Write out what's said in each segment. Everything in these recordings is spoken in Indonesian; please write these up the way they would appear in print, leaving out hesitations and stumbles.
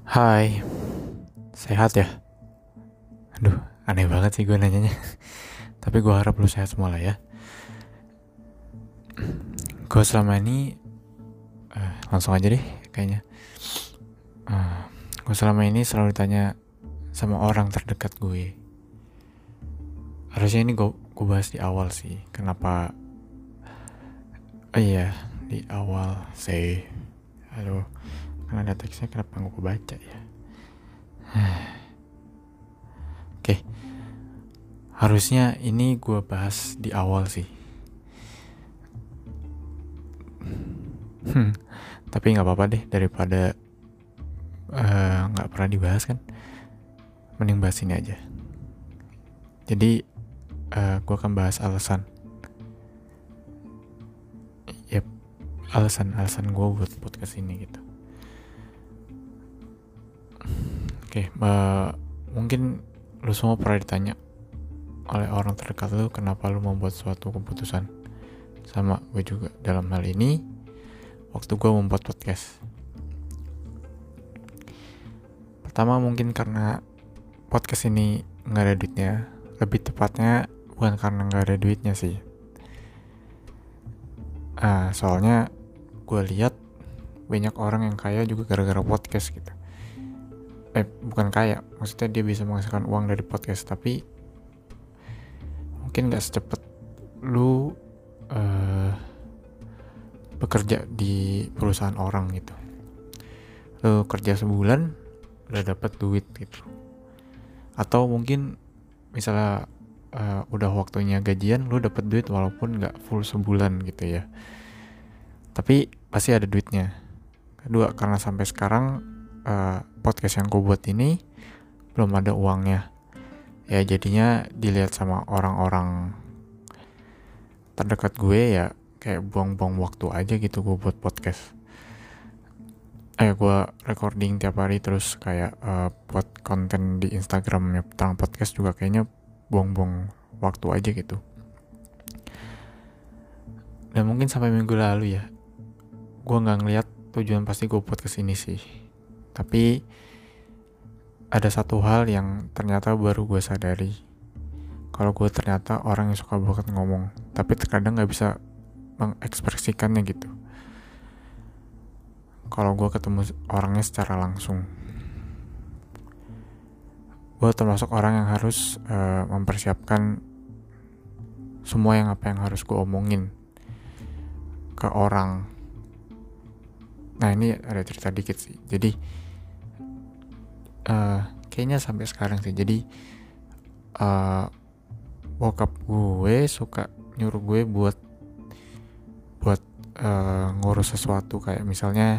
Hai, sehat ya? Aduh, aneh banget sih gue nanyanya. Tapi gue harap lu sehat semua lah ya. Gue selama ini, langsung aja deh kayaknya. Uh, gue selama ini selalu ditanya sama orang terdekat gue. Harusnya ini gue bahas di awal sih. Kenapa? Iya, di awal sih. Aduh, kan ada teksnya kenapa nggak gue baca ya? Oke, harusnya ini gue bahas di awal sih. Tapi nggak apa-apa deh daripada nggak pernah dibahas kan. Mending bahas ini aja. Jadi gue akan bahas alasan. Yep, alasan gue buat podcast ini gitu. Oke, mungkin lu semua pernah ditanya oleh orang terdekat lu kenapa lu membuat suatu keputusan. Sama gue juga dalam hal ini waktu gue membuat podcast. Pertama mungkin karena podcast ini nggak ada duitnya. Lebih tepatnya bukan karena nggak ada duitnya sih. Soalnya gue lihat banyak orang yang kaya juga gara-gara podcast gitu. Bukan kaya, maksudnya dia bisa menghasilkan uang dari podcast, tapi mungkin gak secepat lu bekerja di perusahaan orang gitu. Lu kerja sebulan udah dapat duit gitu. Atau mungkin misalnya udah waktunya gajian, lu dapat duit walaupun gak full sebulan gitu ya. Tapi pasti ada duitnya. Kedua, karena sampai sekarang podcast yang gue buat ini belum ada uangnya. Ya jadinya dilihat sama orang-orang terdekat gue ya kayak buang-buang waktu aja gitu gue buat podcast. Gue recording tiap hari terus kayak buat konten di Instagramnya tentang podcast juga kayaknya buang-buang waktu aja gitu. Dan mungkin sampai minggu lalu ya, gue nggak ngeliat tujuan pasti gue buat kesini sih. Tapi ada satu hal yang ternyata baru gue sadari. Kalau gue ternyata orang yang suka banget ngomong, tapi terkadang nggak bisa mengekspresikannya gitu. Kalau gue ketemu orangnya secara langsung, gue termasuk orang yang harus mempersiapkan semua apa yang harus gue omongin ke orang. Nah ini ada cerita dikit sih. Jadi kayaknya sampai sekarang sih. Jadi bokap gue suka nyuruh gue buat ngurus sesuatu kayak misalnya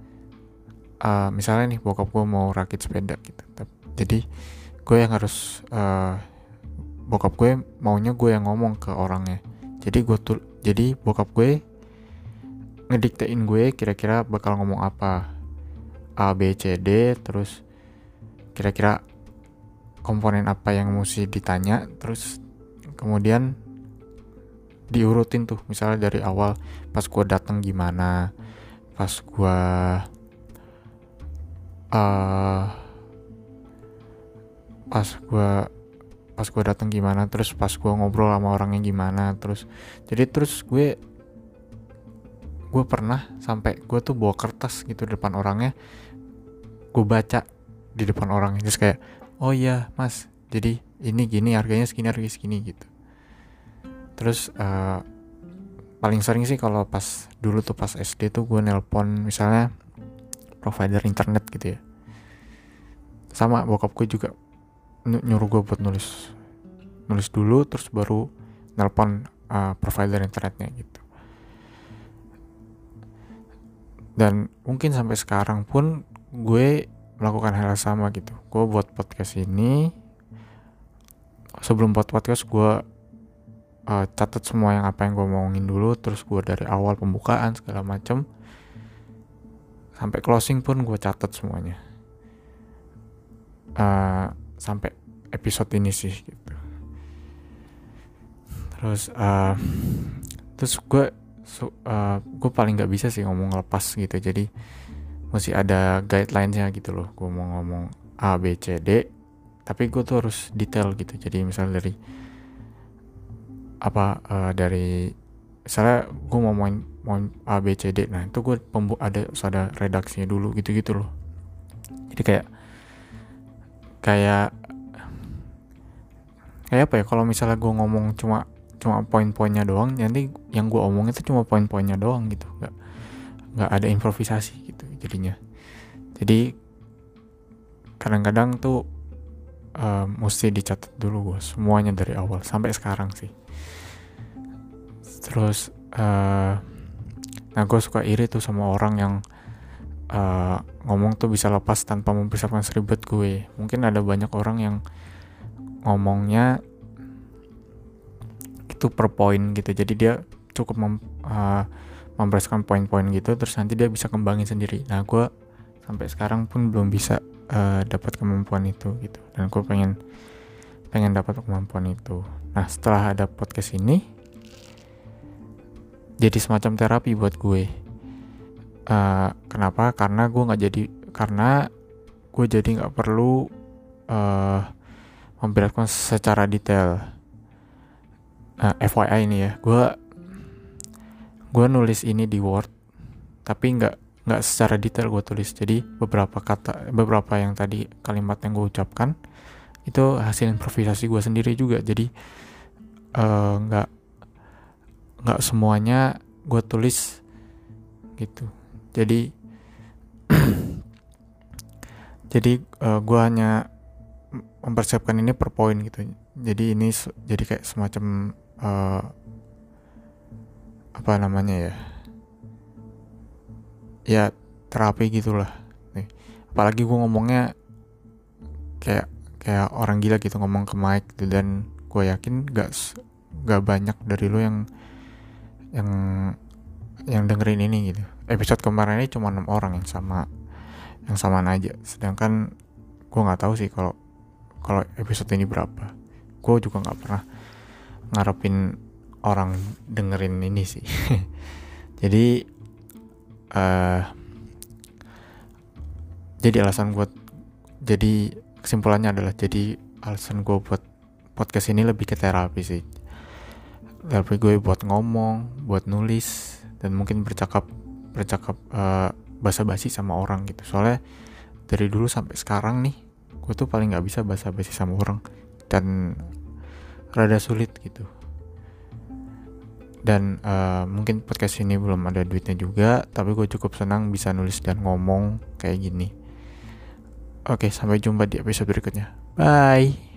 nih bokap gue mau rakit sepeda gitu. Jadi gue yang harus bokap gue maunya gue yang ngomong ke orangnya. Jadi bokap gue ngediktein gue kira-kira bakal ngomong apa, A B C D, terus kira-kira komponen apa yang mesti ditanya, terus kemudian diurutin tuh, misalnya dari awal pas gue datang gimana, pas gue pas gue datang gimana, terus pas gue ngobrol sama orangnya gimana, terus gue pernah sampai gue tuh bawa kertas gitu di depan orangnya, gue baca di depan orangnya terus kayak, oh iya mas, jadi ini gini harganya segini gitu. Terus paling sering sih kalau pas dulu tuh pas SD tuh gue nelpon misalnya provider internet gitu ya, sama bokap gue juga nyuruh gue buat nulis dulu terus baru nelpon provider internetnya gitu. Dan mungkin sampai sekarang pun gue melakukan hal yang sama gitu. Gue buat podcast ini, sebelum buat podcast gue catat semua apa yang gue omongin dulu, terus gue dari awal pembukaan segala macem sampai closing pun gue catat semuanya, sampai episode ini sih gitu. Terus gue paling nggak bisa sih ngomong lepas gitu. Jadi mesti ada guideline-nya gitu loh. Gue mau ngomong A B C D, tapi gue tuh harus detail gitu. Jadi misalnya dari dari misalnya gue mau A B C D, nah itu gue ada redaksinya dulu gitu loh. Jadi kayak apa ya, kalau misalnya gue ngomong cuma poin-poinnya doang, nanti yang gue omong itu cuma poin-poinnya doang gitu, nggak ada improvisasi gitu jadinya. Jadi kadang-kadang tuh mesti dicatat dulu gue semuanya dari awal sampai sekarang sih. Terus nah gue suka iri tuh sama orang yang ngomong tuh bisa lepas tanpa mempersiapkan seribet gue. Mungkin ada banyak orang yang ngomongnya itu per poin gitu, jadi dia cukup membereskan poin-poin gitu, terus nanti dia bisa kembangin sendiri. Nah gue sampai sekarang pun belum bisa dapat kemampuan itu gitu, dan gue pengen dapat kemampuan itu. Nah setelah ada podcast ini jadi semacam terapi buat gue. Kenapa? Karena gue jadi nggak perlu membereskan secara detail. FYI ini ya, gue nulis ini di Word, tapi nggak secara detail gue tulis. Jadi beberapa yang tadi kalimat yang gue ucapkan itu hasil improvisasi gue sendiri juga. Jadi nggak semuanya gue tulis gitu. Jadi gue hanya mempersiapkan ini per poin gitu. Jadi ini jadi kayak semacam ya terapi gitulah nih. Apalagi gue ngomongnya kayak orang gila gitu, ngomong ke mic gitu, dan gue yakin gak banyak dari lo yang dengerin ini gitu. Episode kemarin ini cuma 6 orang yang samaan aja, sedangkan gue nggak tahu sih kalau episode ini berapa. Gue juga nggak pernah ngarepin orang dengerin ini sih. Jadi kesimpulannya adalah, jadi alasan gue buat podcast ini lebih ke terapi sih. Terapi gue buat ngomong, buat nulis, dan mungkin bercakap basa-basi sama orang gitu. Soalnya dari dulu sampai sekarang nih, gue tuh paling nggak bisa basa-basi sama orang, dan rada sulit gitu. Dan mungkin podcast ini belum ada duitnya juga, tapi gue cukup senang bisa nulis dan ngomong kayak gini. Oke, sampai jumpa di episode berikutnya. Bye.